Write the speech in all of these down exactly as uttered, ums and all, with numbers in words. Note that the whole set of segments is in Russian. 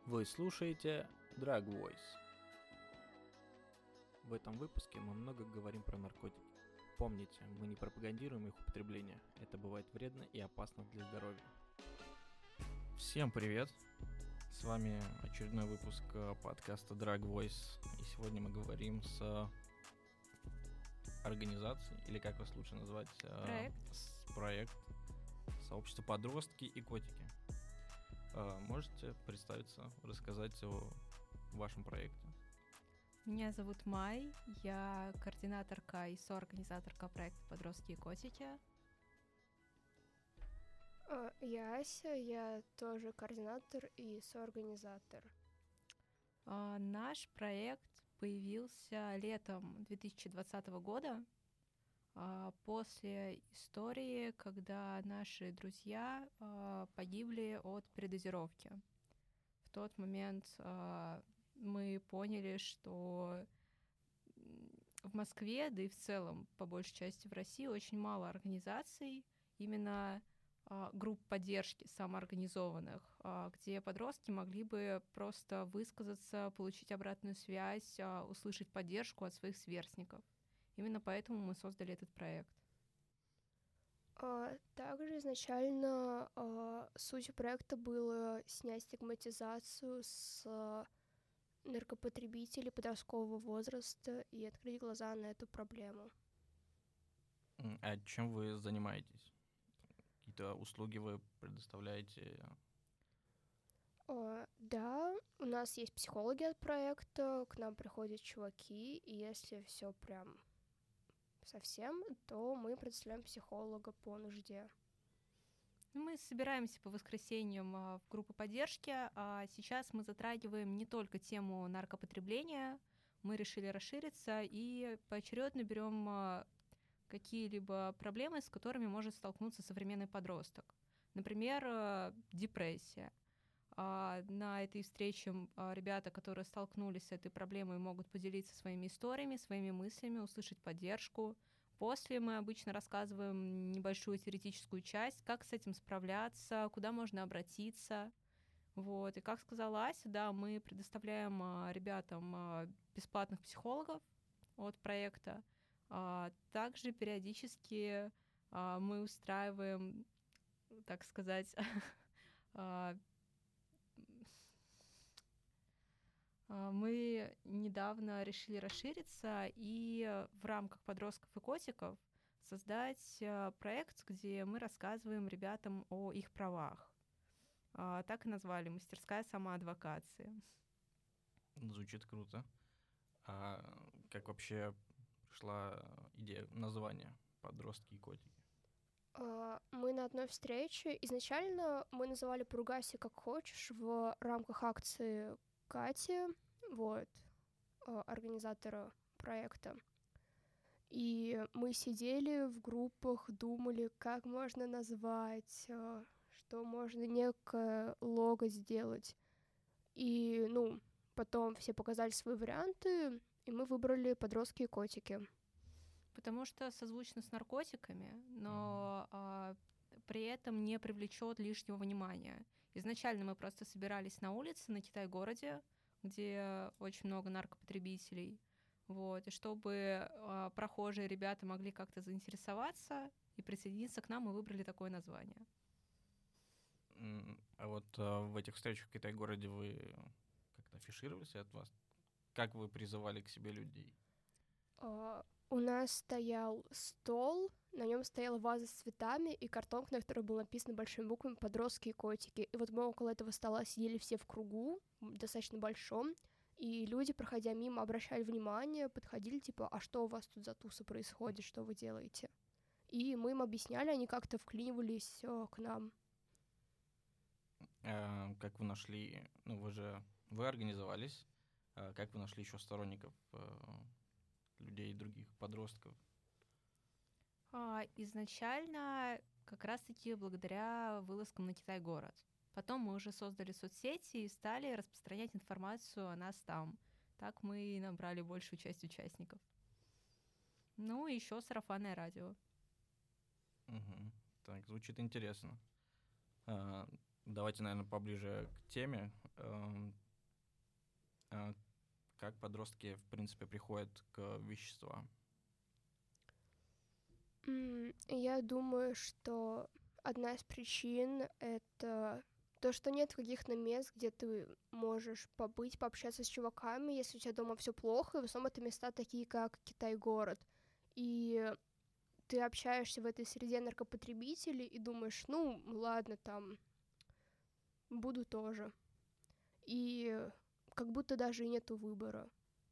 Вы слушаете Drag Voice. В этом выпуске мы много говорим про наркотики. Помните, мы не пропагандируем их употребление. Это бывает вредно и опасно для здоровья. Всем привет! С вами очередной выпуск подкаста Drag Voice. И сегодня мы говорим с организацией, или как вас лучше назвать? Проект. С проект сообщества «Подростки и котики». Можете представиться, рассказать о вашем проекте? Меня зовут Май, я координаторка и соорганизаторка проекта «Подростки и котики». Я Ася, я тоже координатор и соорганизатор. Наш проект появился летом две тысячи двадцатого года, после истории, когда наши друзья погибли от передозировки. В тот момент мы поняли, что в Москве, да и в целом, по большей части в России, очень мало организаций, именно групп поддержки самоорганизованных, где подростки могли бы просто высказаться, получить обратную связь, услышать поддержку от своих сверстников. Именно поэтому мы создали этот проект. Также изначально сутью проекта было снять стигматизацию с наркопотребителей подросткового возраста и открыть глаза на эту проблему. А чем вы занимаетесь? Какие-то услуги вы предоставляете? О, да, у нас есть психологи от проекта, к нам приходят чуваки, и если все прям совсем, то мы предоставляем психолога по нужде. Мы собираемся по воскресеньям в группы поддержки, а сейчас мы затрагиваем не только тему наркопотребления, мы решили расшириться и поочередно берем какие-либо проблемы, с которыми может столкнуться современный подросток. Например, депрессия. На этой встрече ребята, которые столкнулись с этой проблемой, могут поделиться своими историями, своими мыслями, услышать поддержку. После мы обычно рассказываем небольшую теоретическую часть, как с этим справляться, куда можно обратиться. Вот. И как сказала Ася, да, мы предоставляем ребятам бесплатных психологов от проекта. Также периодически мы устраиваем, так сказать, мы недавно решили расшириться и в рамках подростков и котиков создать проект, где мы рассказываем ребятам о их правах. Так и назвали «Мастерская самоадвокации». Звучит круто. А как вообще пришла идея названия «Подростки и котики»? Мы на одной встрече, изначально мы называли «Поругайся как хочешь» в рамках акции Кати, вот, организатора проекта. И мы сидели в группах, думали, как можно назвать, что можно некое лого сделать. И, ну, потом все показали свои варианты, и мы выбрали «Подростки и котики». Потому что созвучно с наркотиками, но а, при этом не привлечет лишнего внимания. Изначально мы просто собирались на улице, на Китай-городе, где очень много наркопотребителей, вот, и чтобы а, прохожие ребята могли как-то заинтересоваться и присоединиться к нам, мы выбрали такое название. А вот а, в этих встречах в Китай-городе вы как-то афишировались от вас? Как вы призывали к себе людей? Uh, у нас стоял стол, на нем стояла ваза с цветами и картонка, на которой было написано большими буквами «Подростки и котики». И вот мы около этого стола сидели все в кругу, достаточно большом, и люди, проходя мимо, обращали внимание, подходили, типа, а что у вас тут за туса происходит, что вы делаете? И мы им объясняли, они как-то вклинивались uh, к нам. А, как вы нашли, ну вы же, вы организовались, а как вы нашли еще сторонников, людей, других подростков? Изначально как раз-таки благодаря вылазкам на Китай-город. Потом мы уже создали соцсети и стали распространять информацию о нас там. Так мы и набрали большую часть участников. Ну, и еще сарафанное радио. Угу. Так, звучит интересно. А, Давайте, наверное, поближе к теме. Эм, э, Как подростки, в принципе, приходят к веществам? М, Я думаю, что одна из причин — это то, что нет каких-то мест, где ты можешь побыть, пообщаться с чуваками, если у тебя дома все плохо, и в основном это места такие, как Китай-город. И ты общаешься в этой среде наркопотребителей и думаешь, ну, ладно, там, буду тоже. И как будто даже и нету выбора.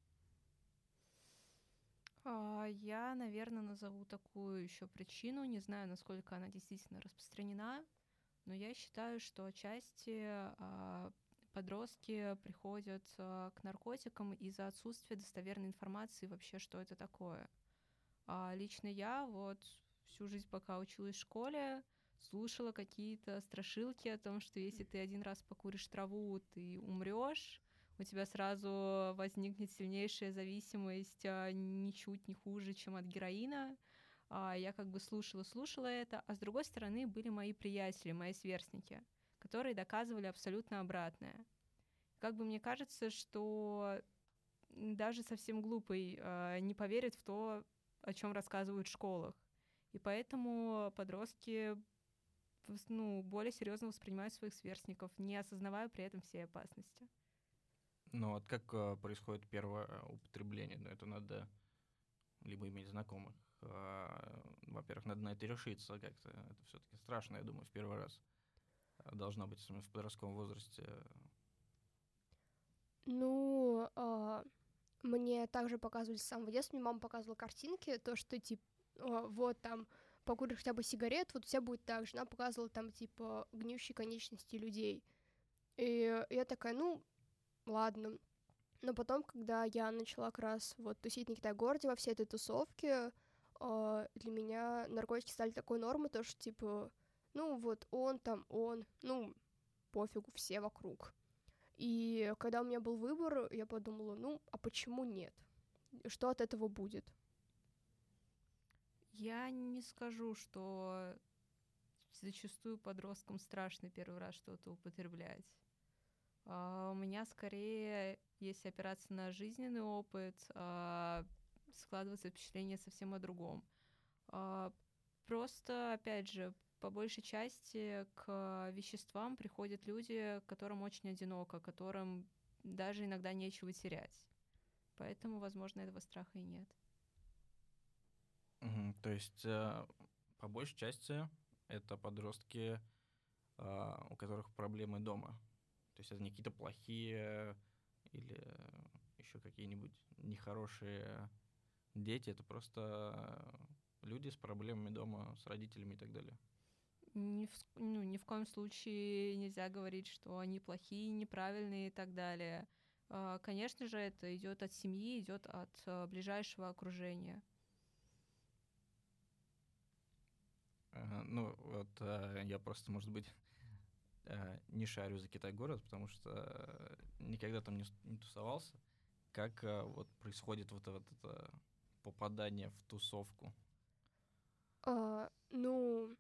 А, Я, наверное, назову такую еще причину. Не знаю, насколько она действительно распространена, но я считаю, что отчасти а, подростки приходят а, к наркотикам из-за отсутствия достоверной информации вообще, что это такое. А лично я вот всю жизнь, пока училась в школе, слушала какие-то страшилки о том, что если ты один раз покуришь траву, ты умрешь, у тебя сразу возникнет сильнейшая зависимость, а, ничуть не хуже, чем от героина. А я как бы слушала-слушала это, а с другой стороны были мои приятели, мои сверстники, которые доказывали абсолютно обратное. Как бы мне кажется, что даже совсем глупый э, не поверит в то, о чем рассказывают в школах. И поэтому подростки ну, более серьезно воспринимают своих сверстников, не осознавая при этом всей опасности. Ну, вот как э, происходит первое употребление? Ну, это надо либо иметь знакомых. А, во-первых, надо на это решиться как-то. Это все-таки страшно, я думаю, в первый раз. А, Должно быть, особенно в подростковом возрасте. Ну, а, мне также показывали с самого детства, мне мама показывала картинки, то, что, типа, вот там, покуришь хотя бы сигарет, вот у тебя будет так же. Она показывала там, типа, гниющие конечности людей. И я такая, ну, ладно. Но потом, когда я начала как раз вот тусить на Китай-городе во всей этой тусовке, а, для меня наркотики стали такой нормой, то, что, типа, ну, вот он там, он, ну, пофигу, все вокруг. И когда у меня был выбор, я подумала, ну, а почему нет? Что от этого будет? Я не скажу, что зачастую подросткам страшно первый раз что-то употреблять. А у меня скорее, если опираться на жизненный опыт, а, складывается впечатление совсем о другом. А, Просто, опять же, по большей части к веществам приходят люди, которым очень одиноко, которым даже иногда нечего терять. Поэтому, возможно, этого страха и нет. Мгм. То есть, э, по большей части, это подростки, а, у которых проблемы дома. То есть это не какие-то плохие или еще какие-нибудь нехорошие дети, это просто люди с проблемами дома, с родителями и так далее. Ни в, ну, ни в коем случае нельзя говорить, что они плохие, неправильные и так далее. А, Конечно же, это идет от семьи, идет от а, ближайшего окружения. Ага, ну, вот э, я просто, может быть, э, не шарю за Китай-город, потому что э, никогда там не, с- не тусовался. Как э, вот происходит вот, вот это попадание в тусовку? А, ну,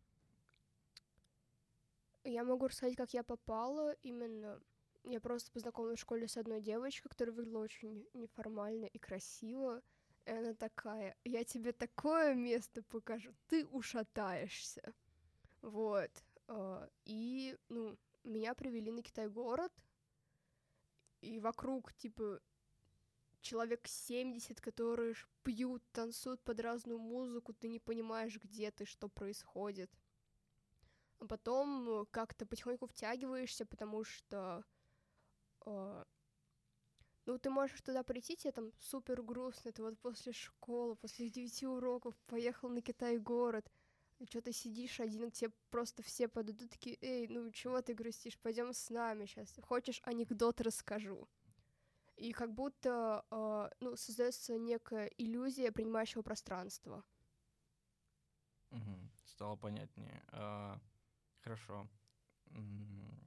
я могу рассказать, как я попала. Именно я просто познакомилась в школе с одной девочкой, которая выглядела очень неформально и красиво. И она такая, я тебе такое место покажу, ты ушатаешься. Вот. а, И, ну, меня привели на Китай-город, и вокруг, типа, человек семьдесят, которые ж пьют, танцуют под разную музыку, ты не понимаешь, где ты, что происходит. А потом э, как-то потихоньку втягиваешься, потому что, э, ну, ты можешь туда прийти, тебе там супер грустно, ты вот после школы, после девяти уроков поехал на Китай-город, что ты сидишь один, к тебе просто все подойдут такие, эй, ну чего ты грустишь, пойдем с нами сейчас, хочешь анекдот расскажу. И как будто, э, ну, создается некая иллюзия принимающего пространства. Мгм. Стало понятнее. А, хорошо. М,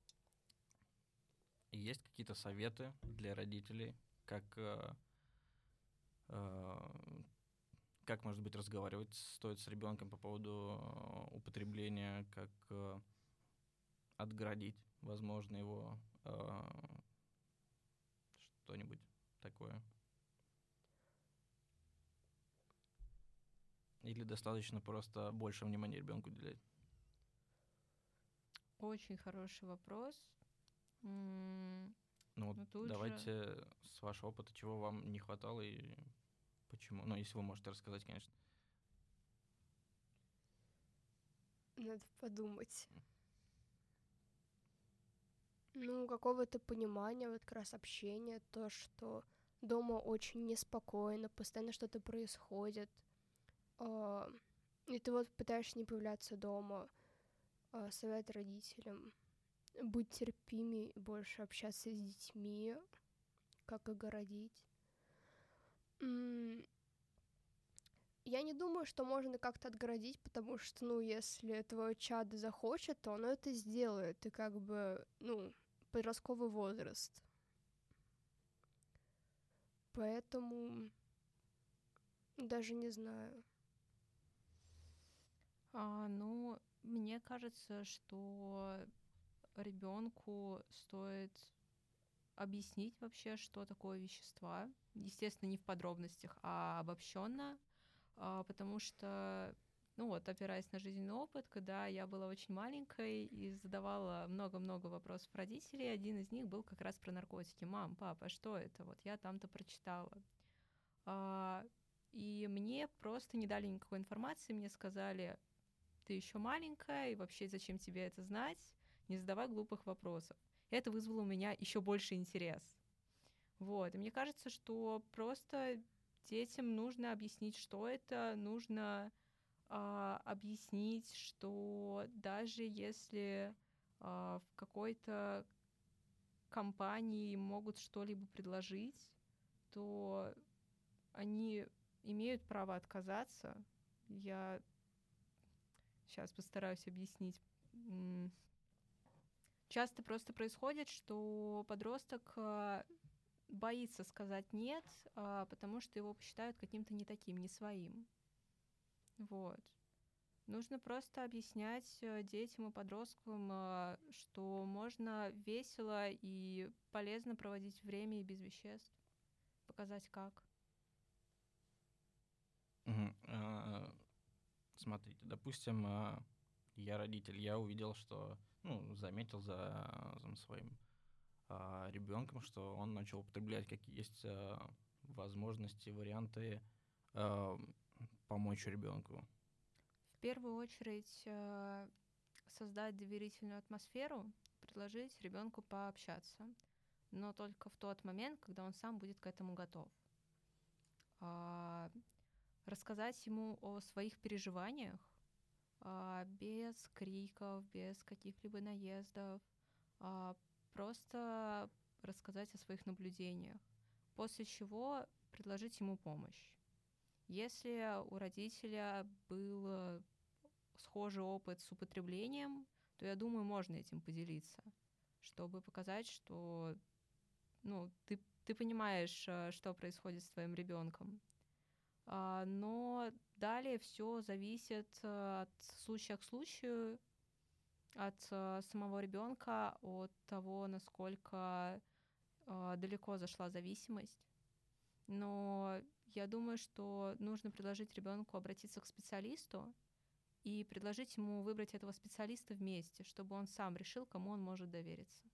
Есть какие-то советы для родителей, как, э, э, как, может быть, разговаривать стоит с ребенком по поводу э, употребления, как, э, отгородить, возможно, его э, что-нибудь такое? Или достаточно просто больше внимания ребенку уделять? Очень хороший вопрос. М, Ну вот Ну тут же, давайте с вашего опыта, чего вам не хватало и почему? Ну, если вы можете рассказать, конечно. Надо подумать. Ну, какого-то понимания, вот как раз общения, то, что дома очень неспокойно, постоянно что-то происходит. а, И ты вот пытаешься не появляться дома. а, Совет родителям. Быть терпимее и больше общаться с детьми, как огородить. М, Я не думаю, что можно как-то отгородить, потому что, ну, если твое чадо захочет, то оно это сделает. И как бы, ну, подростковый возраст. Поэтому даже не знаю. а, ну, мне кажется, что ребенку стоит объяснить вообще, что такое вещества. Естественно, не в подробностях, а обобщенно, а, потому что, ну вот, опираясь на жизненный опыт, когда я была очень маленькой и задавала много-много вопросов родителей, один из них был как раз про наркотики. Мам, папа, что это? Вот я там-то прочитала. А, и мне просто не дали никакой информации, мне сказали, ты еще маленькая, и вообще зачем тебе это знать? Не задавай глупых вопросов. Это вызвало у меня еще больше интерес. Вот. И мне кажется, что просто детям нужно объяснить, что это, нужно а, объяснить, что даже если а, в какой-то компании им могут что-либо предложить, то они имеют право отказаться. Я сейчас постараюсь объяснить. Часто просто происходит, что подросток а, боится сказать «нет», а, потому что его посчитают каким-то не таким, не своим. Вот. Нужно просто объяснять э, детям и подросткам, а, что можно весело и полезно проводить время и без веществ. Показать как. Мгм. А, Смотрите, допустим, а, я родитель, я увидел, что, ну, заметил за, за своим ребенком, что он начал употреблять, какие есть а, возможности, варианты а, помочь ребенку. В первую очередь э, создать доверительную атмосферу, предложить ребенку пообщаться, но только в тот момент, когда он сам будет к этому готов. А, рассказать ему о своих переживаниях, а, без криков, без каких-либо наездов, а, просто рассказать о своих наблюдениях, после чего предложить ему помощь. Если у родителя был схожий опыт с употреблением, то, я думаю, можно этим поделиться, чтобы показать, что ну, ты, ты понимаешь, что происходит с твоим ребенком. Но далее все зависит от случая к случаю, от самого ребенка, от того, насколько далеко зашла зависимость. Но я думаю, что нужно предложить ребенку обратиться к специалисту и предложить ему выбрать этого специалиста вместе, чтобы он сам решил, кому он может довериться.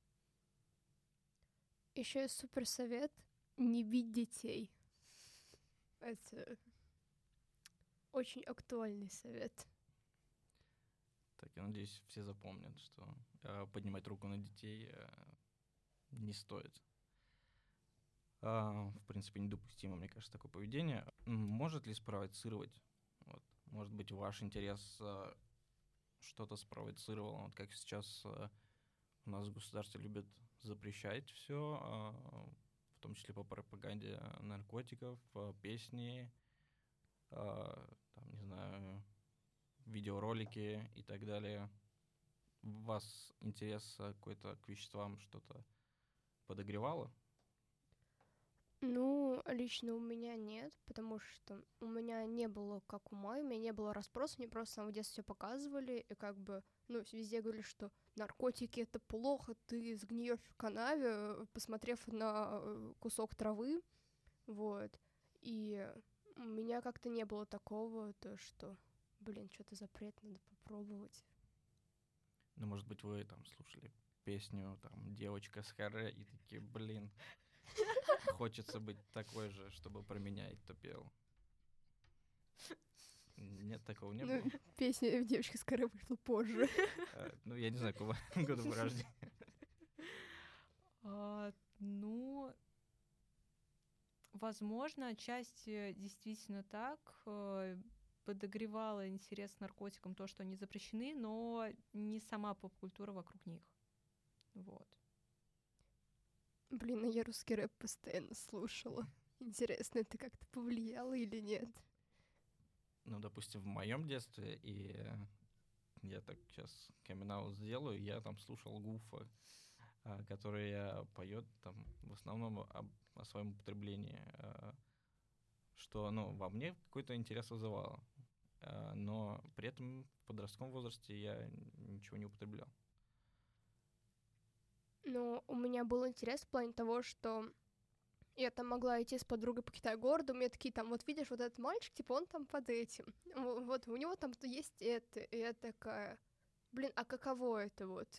Еще есть супер совет: не бить детей. Это очень актуальный совет. Так, я надеюсь, все запомнят, что э, поднимать руку на детей э, не стоит. Э, в принципе, недопустимо, мне кажется, такое поведение. Может ли спровоцировать? Вот, может быть, ваш интерес э, что-то спровоцировал? Вот как сейчас э, у нас в государстве любят запрещать все, э, в том числе по пропаганде наркотиков, э, песни, э, там, не знаю, видеоролики и так далее. У вас интерес какой-то к веществам что-то подогревало? Ну, лично у меня нет, потому что у меня не было, как у Майи, у меня не было расспросов, мне просто в детстве все показывали, и как бы Ну, везде говорили, что наркотики — это плохо, ты сгниешь в канаве, посмотрев на кусок травы, вот. И у меня как-то не было такого, то что, блин, что-то запрет, надо попробовать. Ну, может быть, вы там слушали песню, там, «Девочка с Харе», и такие, блин, хочется быть такой же, чтобы про меня это пел. Нет, такого не Ну, было? песня «Девочка с Харе» вышла позже. А, Ну, я не знаю, какого года вы рождения. А, ну, возможно, отчасти действительно так. э, Подогревало интерес к наркотикам то, что они запрещены, но не сама поп-культура вокруг них. Вот. Блин, а я русский рэп постоянно слушала. Интересно, это как-то повлияло или нет? Ну, допустим, в моем детстве, и э, я так сейчас камин-аут сделаю, я там слушал Гуфа, а, который э, поет там в основном об- о своем употреблении, э, что, ну, во мне какой-то интерес вызывало. Э, Но при этом в подростковом возрасте я ничего не употреблял. Но у меня был интерес в плане того, что я там могла идти с подругой по Китай-городу, у меня такие там, вот видишь, вот этот мальчик, типа, он там под этим, Во- вот, у него там есть это, и я такая, блин, а каково это вот?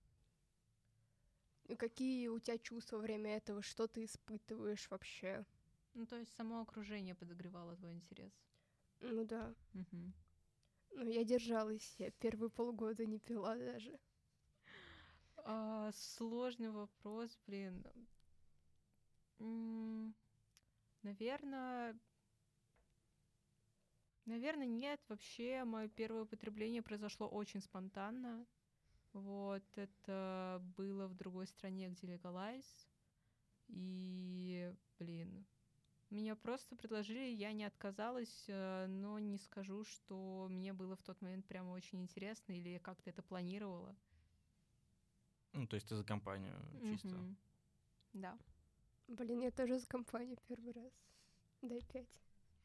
И какие у тебя чувства во время этого, что ты испытываешь вообще? Ну, то есть само окружение подогревало твой интерес. Ну да, Мгм. ну я держалась, я первые полгода не пила даже. А, сложный вопрос, блин. Наверное, наверное, нет. Вообще, мое первое употребление произошло очень спонтанно. Вот, это было в другой стране, где легалайз. И, блин, меня просто предложили, я не отказалась, э, но не скажу, что мне было в тот момент прямо очень интересно или я как-то это планировала. Ну, то есть ты за компанию чисто. Мгм. Да. Блин, я тоже за компанию первый раз. Дай пять.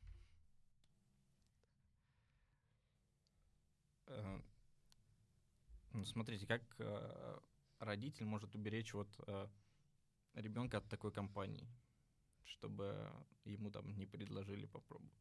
Э, Ну, смотрите, как э, родитель может уберечь вот ребенка от такой компании, чтобы ему там не предложили попробовать?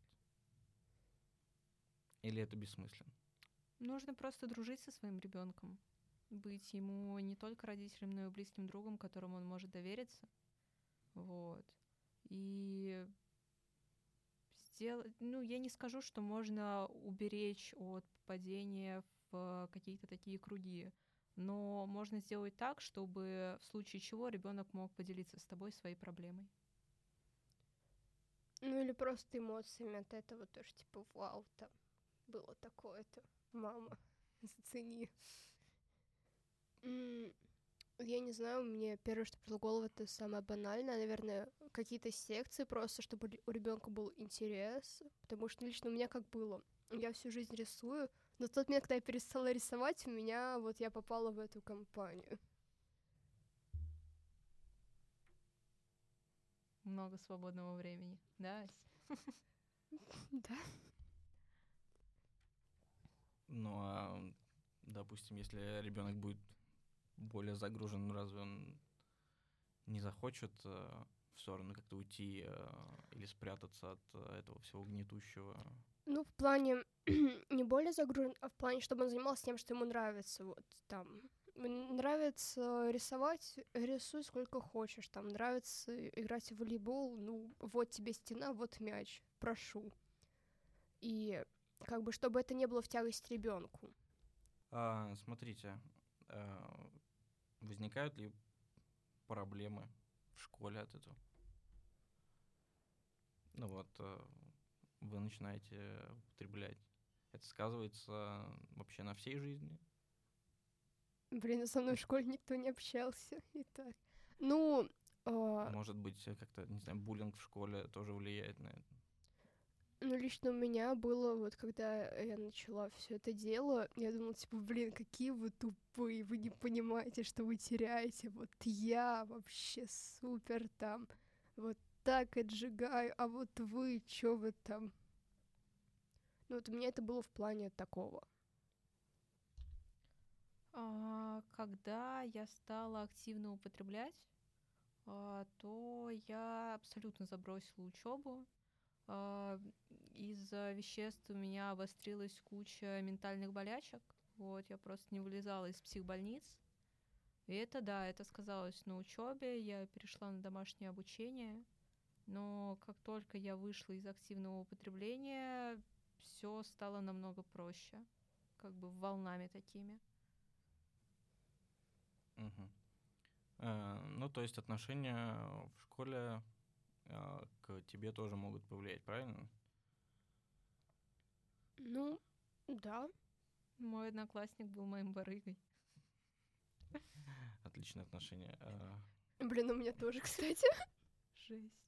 Или это бессмысленно? Нужно просто дружить со своим ребенком, быть ему не только родителем, но и близким другом, которому он может довериться. Вот. И сделать, ну, я не скажу, что можно уберечь от попадения в какие-то такие круги, но можно сделать так, чтобы в случае чего ребенок мог поделиться с тобой своей проблемой. Ну или просто эмоциями от этого тоже, типа, вау, там было такое-то, мама, зацени. М, Я не знаю, мне первое, что пришло в голову, это самое банальное, наверное, какие-то секции просто, чтобы ре- у ребенка был интерес, потому что лично у меня как было, я всю жизнь рисую, но в тот момент, когда я перестала рисовать, у меня вот я попала в эту компанию. Много свободного времени, да, Ась? Да. Ну, а, допустим, если ребенок будет более загружен, ну, разве он не захочет э, в сторону как-то уйти э, или спрятаться от э, этого всего гнетущего? Ну, в плане не более загружен, а в плане, чтобы он занимался тем, что ему нравится. Вот там М, нравится рисовать, рисуй сколько хочешь. Там нравится играть в волейбол, ну, вот тебе стена, вот мяч, прошу. И как бы, чтобы это не было в тягость ребенку. А, смотрите, э, возникают ли проблемы в школе от этого? Ну вот, э, вы начинаете употреблять. Это сказывается вообще на всей жизни? Блин, а со мной в школе никто не общался. И так. Ну, а, Может быть, э, как-то, не знаю, буллинг в школе тоже влияет на это? Ну, лично у меня было, вот когда я начала все это дело, я думала, типа, блин, какие вы тупые, вы не понимаете, что вы теряете. Вот я вообще супер там, вот так отжигаю, а вот вы, чё вы там? Ну, вот у меня это было в плане такого. А, Когда я стала активно употреблять, а, то я абсолютно забросила учебу. А, Из-за веществ у меня обострилась куча ментальных болячек. Вот, я просто не вылезала из психбольниц. И это, да, это сказалось на учебе. Я перешла на домашнее обучение. Но как только я вышла из активного употребления, все стало намного проще. Как бы волнами такими. Мгм. Э, Ну, то есть отношения в школе э, к тебе тоже могут повлиять, правильно? Ну, да. Мой одноклассник был моим барыгой. Отличные отношения. Э, Блин, у меня тоже, кстати. Жесть.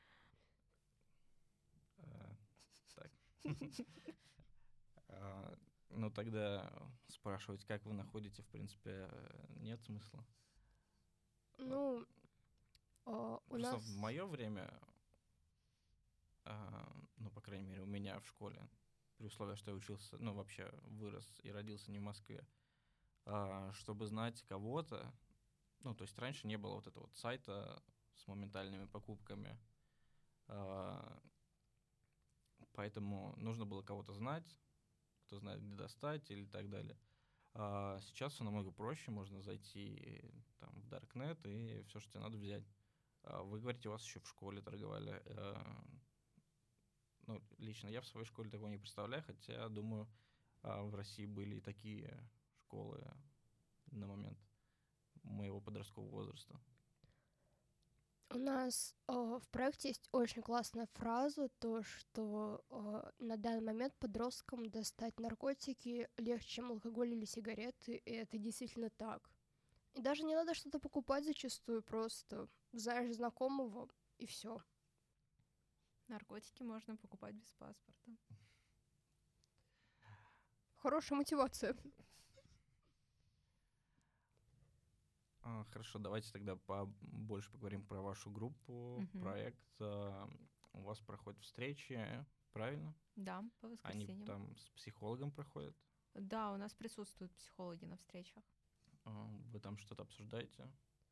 э, Так. А, Ну, тогда спрашивать, как вы находите, в принципе, э, нет смысла. Ну, а, у Просто нас... в мое время, а, ну, по крайней мере, у меня в школе, при условии, что я учился, ну, вообще вырос и родился не в Москве, а, чтобы знать кого-то, ну, то есть раньше не было вот этого вот сайта с моментальными покупками, а, поэтому нужно было кого-то знать, кто знает, где достать или так далее. А сейчас все намного проще, можно зайти там в Darknet и все, что тебе надо, взять. А Вы говорите, у вас еще в школе торговали. Э, Ну, лично я в своей школе такого не представляю, хотя, думаю, а, в России были и такие школы на момент моего подросткового возраста. У нас э, в проекте есть очень классная фраза, то, что э, на данный момент подросткам достать наркотики легче, чем алкоголь или сигареты, и это действительно так. И даже не надо что-то покупать зачастую, просто знаешь знакомого, и все. Наркотики можно покупать без паспорта. Хорошая мотивация. А, Хорошо, давайте тогда побольше поговорим про вашу группу, Мгм. проект. А, У вас проходят встречи, правильно? Да, по Они воскресеньям. там с психологом проходят. Да, у нас присутствуют психологи на встречах. А, Вы там что-то обсуждаете?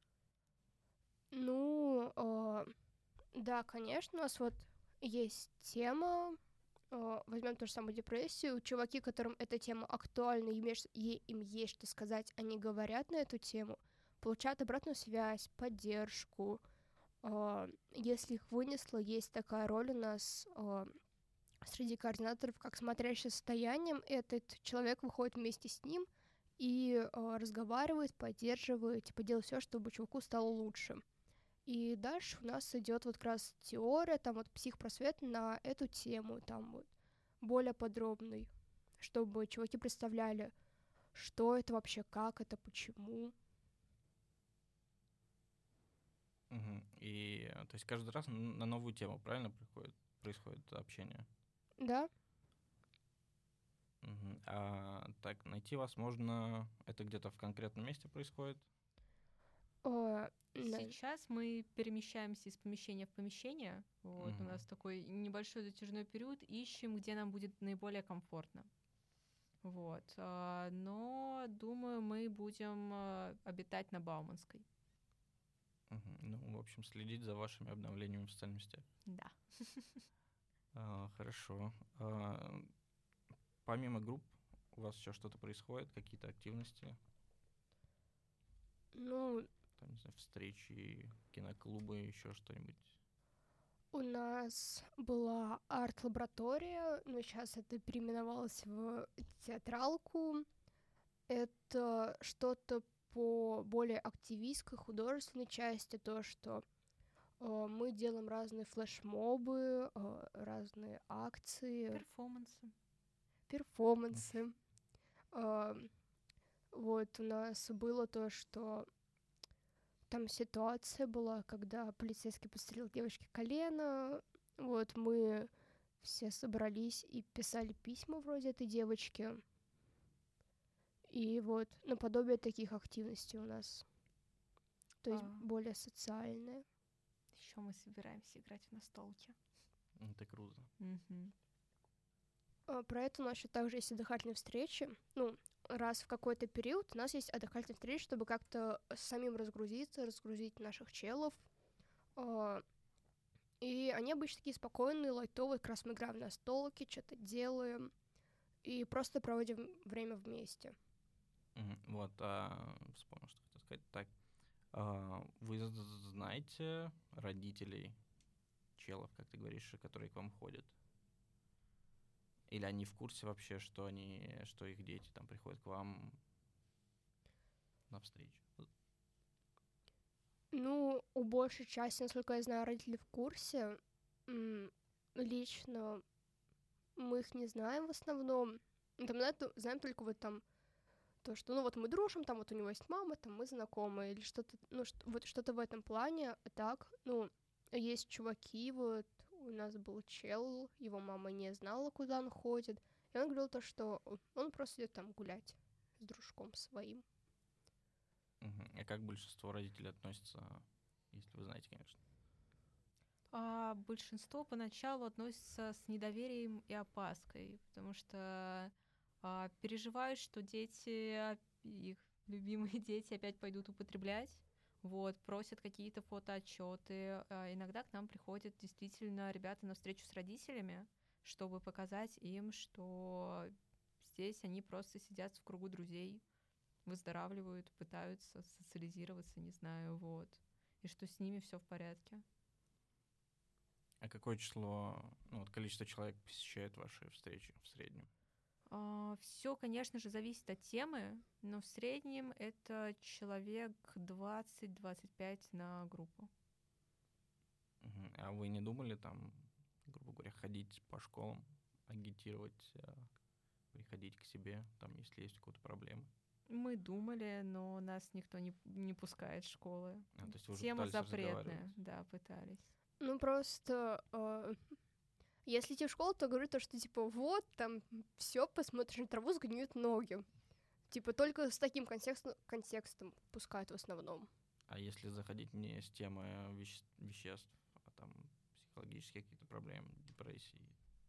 Ну, э, да, конечно, у нас вот есть тема, э, возьмем ту же самую депрессию. Чуваки, которым эта тема актуальна, им есть, е- им есть что сказать, они говорят на эту тему, получают обратную связь, поддержку. Э, Если их вынесло, есть такая роль у нас э, среди координаторов, как смотрящий состоянием. Этот человек выходит вместе с ним и э, разговаривает, поддерживает, типа делает все, чтобы чуваку стало лучше. И дальше у нас идет вот как раз теория, там вот психпросвет на эту тему, там вот более подробный, чтобы чуваки представляли, что это вообще, как это, почему. Мгм. И, э, то есть каждый раз н- на новую тему, правильно, приходит, происходит общение? Да? Мгм. А так, найти вас можно, это где-то в конкретном месте происходит? О, на- Сейчас мы перемещаемся из помещения в помещение. Вот, у Мгм. нас такой небольшой затяжной период. Ищем, где нам будет наиболее комфортно. Вот. а, Но, думаю, мы будем а, обитать на Бауманской. Мгм. Ну, в общем, следить за вашими обновлениями в социальных сетях. Да. А, Хорошо. А, Помимо групп, у вас еще что-то происходит, какие-то активности, ну, там, не знаю, встречи, киноклубы, еще что-нибудь? у нас была арт-лаборатория, но сейчас это переименовалось в театралку. Это что-то по более активистской, художественной части, то, что э, мы делаем разные флешмобы, э, разные акции, Перформансы. перформансы. Э, вот у нас было то, что там ситуация была, когда полицейский пострелил девочке колено. Вот мы все собрались и писали письма вроде этой девочки. И вот наподобие таких активностей у нас. То есть А. более социальные. Еще мы собираемся играть в настолки. Это круто. Мгм. А, Про это у нас еще также есть отдыхательные встречи. Ну, раз в какой-то период у нас есть отдыхательные встречи, чтобы как-то самим разгрузиться, разгрузить наших челов. А, И они обычно такие спокойные, лайтовые, как раз мы играем на столке, что-то делаем и просто проводим время вместе. Мгм. Вот, а, вспомнил, что хотел сказать. Так, а, вы з- знаете родителей челов, как ты говоришь, которые к вам ходят? Или они в курсе вообще, что они, что их дети там приходят к вам на встречу? Ну, у большей части, насколько я знаю, родители в курсе. М, Лично мы их не знаем в основном. Ну, Там, знаем, то- знаем только вот там то, что, ну, вот мы дружим, там вот у него есть мама, там мы знакомы, или что-то, ну, что, вот что-то в этом плане. А так, ну, есть чуваки, вот у нас был чел, его мама не знала, куда он ходит, и он говорил то, что он просто идет там гулять с дружком своим. Мгм. А как большинство родителей относятся, если вы знаете, конечно? А большинство поначалу относится с недоверием и опаской, потому что а, переживают, что дети, а, их любимые дети опять пойдут употреблять, вот, просят какие-то фотоотчеты. А иногда к нам приходят действительно ребята на встречу с родителями, чтобы показать им, что здесь они просто сидят в кругу друзей, выздоравливают, пытаются социализироваться, не знаю, вот, и что с ними все в порядке. А какое число, ну, вот количество человек посещает ваши встречи в среднем? Все, конечно же, зависит от темы, но в среднем это человек двадцать-двадцать пять на группу. Мгм. А вы не думали там, грубо говоря, ходить по школам, агитировать, а, приходить к себе, там, если есть какие-то проблемы? Мы думали, но нас никто не, не пускает в школы. А, то есть вы уже Тема пытались разговаривать? запретная, да, пытались. Ну, просто э, если идти в школу, то говорю то, что, типа, вот, там, все, посмотришь на траву, сгниют ноги. Типа, только с таким контекстом, контекстом пускают в основном. А если заходить не с темы вещ- веществ, а там психологические какие-то проблемы, депрессии?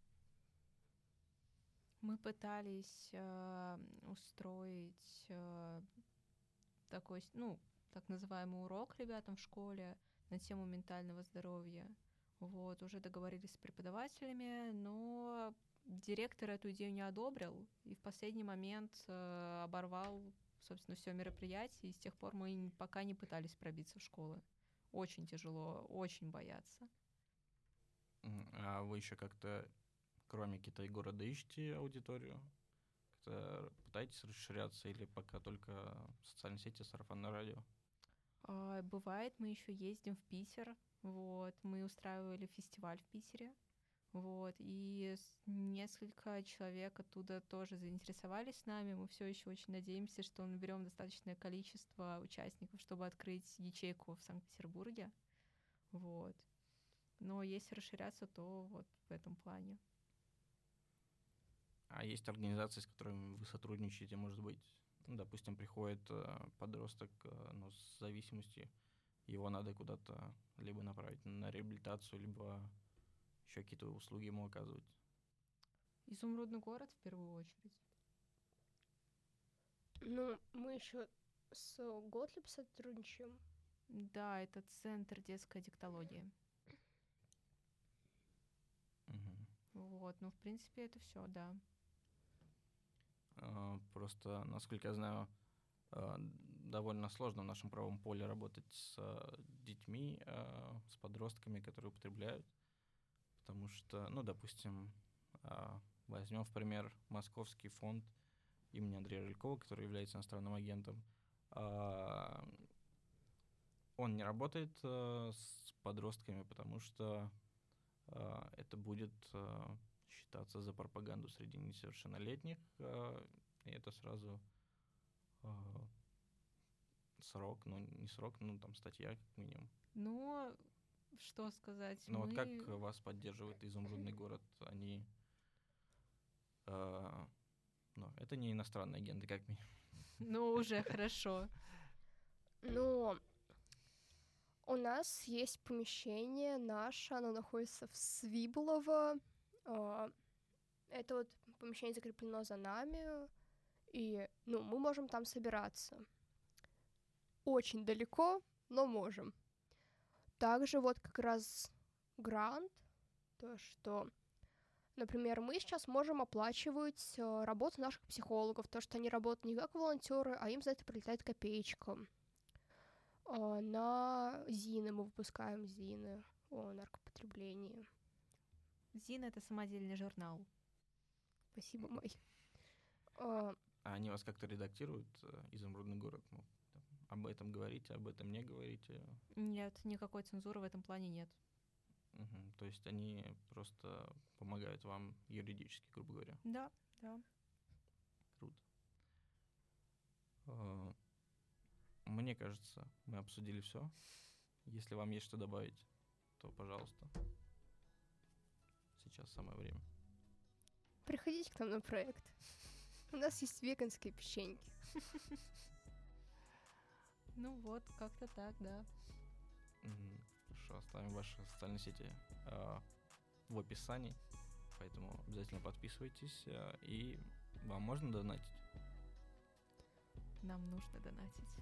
Мы пытались э, устроить э, такой, с- ну, так называемый урок ребятам в школе на тему ментального здоровья. Вот, уже договорились с преподавателями, но директор эту идею не одобрил и в последний момент э, оборвал, собственно, все мероприятие, и с тех пор мы н- пока не пытались пробиться в школы. Очень тяжело, очень боятся. М, А вы еще как-то, кроме Китай города, ищете аудиторию? Как-то пытаетесь расширяться или пока только социальные сети, сарафанное радио? А, Бывает, мы еще ездим в Питер, вот, мы устраивали фестиваль в Питере, вот, и с- несколько человек оттуда тоже заинтересовались нами. Мы все еще очень надеемся, что наберем достаточное количество участников, чтобы открыть ячейку в Санкт-Петербурге, вот. Но если расширяться, то вот в этом плане. А есть организации, с которыми вы сотрудничаете, может быть? Ну, допустим, приходит э, подросток, э, ну, с зависимостью, его надо куда-то либо направить на реабилитацию, либо еще какие-то услуги ему оказывать. Изумрудный город в первую очередь. Ну, мы еще с Готлиб сотрудничаем. Да, это центр детской диктологии. Мгм. Вот, ну, в принципе, это все, да. А, Просто, насколько я знаю, а, довольно сложно в нашем правом поле работать с а, детьми, а, с подростками, которые употребляют, потому что, ну, допустим, а, возьмем в пример Московский фонд имени Андрея Рылькова, который является иностранным агентом. А, Он не работает а, с подростками, потому что а, это будет а, считаться за пропаганду среди несовершеннолетних, а, и это сразу а, срок, ну не срок, ну там статья как минимум. Но что сказать, Но вот как мы... вас поддерживает Изумрудный город? Они, а, ну, это не иностранные агенты, как минимум. Ну, уже хорошо. Но у нас есть помещение наше, оно находится в Свиблово. А, Это вот помещение закреплено за нами, и, ну, мы можем там собираться. Очень далеко, но можем. Также вот как раз грант, то, что, например, мы сейчас можем оплачивать э, работу наших психологов, то, что они работают не как волонтеры, а им за это прилетает копеечка. Э, на ЗИНы мы выпускаем ЗИНы о наркопотреблении. ЗИН — это самодельный журнал. Спасибо, Май. Э, А они вас как-то редактируют, э, «Изумрудный город»? Ну, там, об этом говорите, об этом не говорите? Нет, никакой цензуры в этом плане нет. Мгм. То есть они просто помогают вам юридически, грубо говоря. Да, да. Круто. Э, Мне кажется, мы обсудили все. Если вам есть что добавить, то, пожалуйста. Сейчас самое время. приходите к нам на проект. У нас есть веганские печеньки. Ну вот, как-то так, да. Мгм. Хорошо, оставим ваши социальные сети э, в описании, поэтому обязательно подписывайтесь, э, и вам можно донатить. Нам нужно донатить.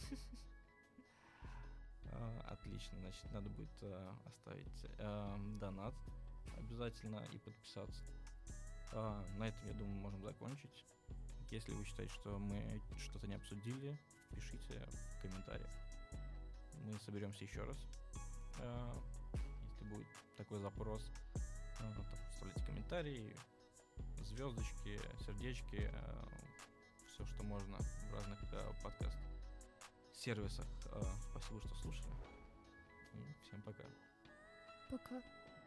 Э, отлично, значит, надо будет э, оставить э, донат обязательно и подписаться. Э, на этом, я думаю, можем закончить. Если вы считаете, что мы что-то не обсудили, пишите в комментариях. Мы соберемся еще раз. Э, Если будет такой запрос, э, там вставляйте комментарии, звездочки, сердечки, все, что можно в разных э, подкаст-сервисах. Э, Спасибо, что слушали. И всем пока. Пока.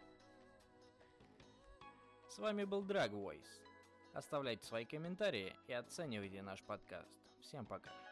С вами был Drag Voice. Оставляйте свои комментарии и оценивайте наш подкаст. Всем пока.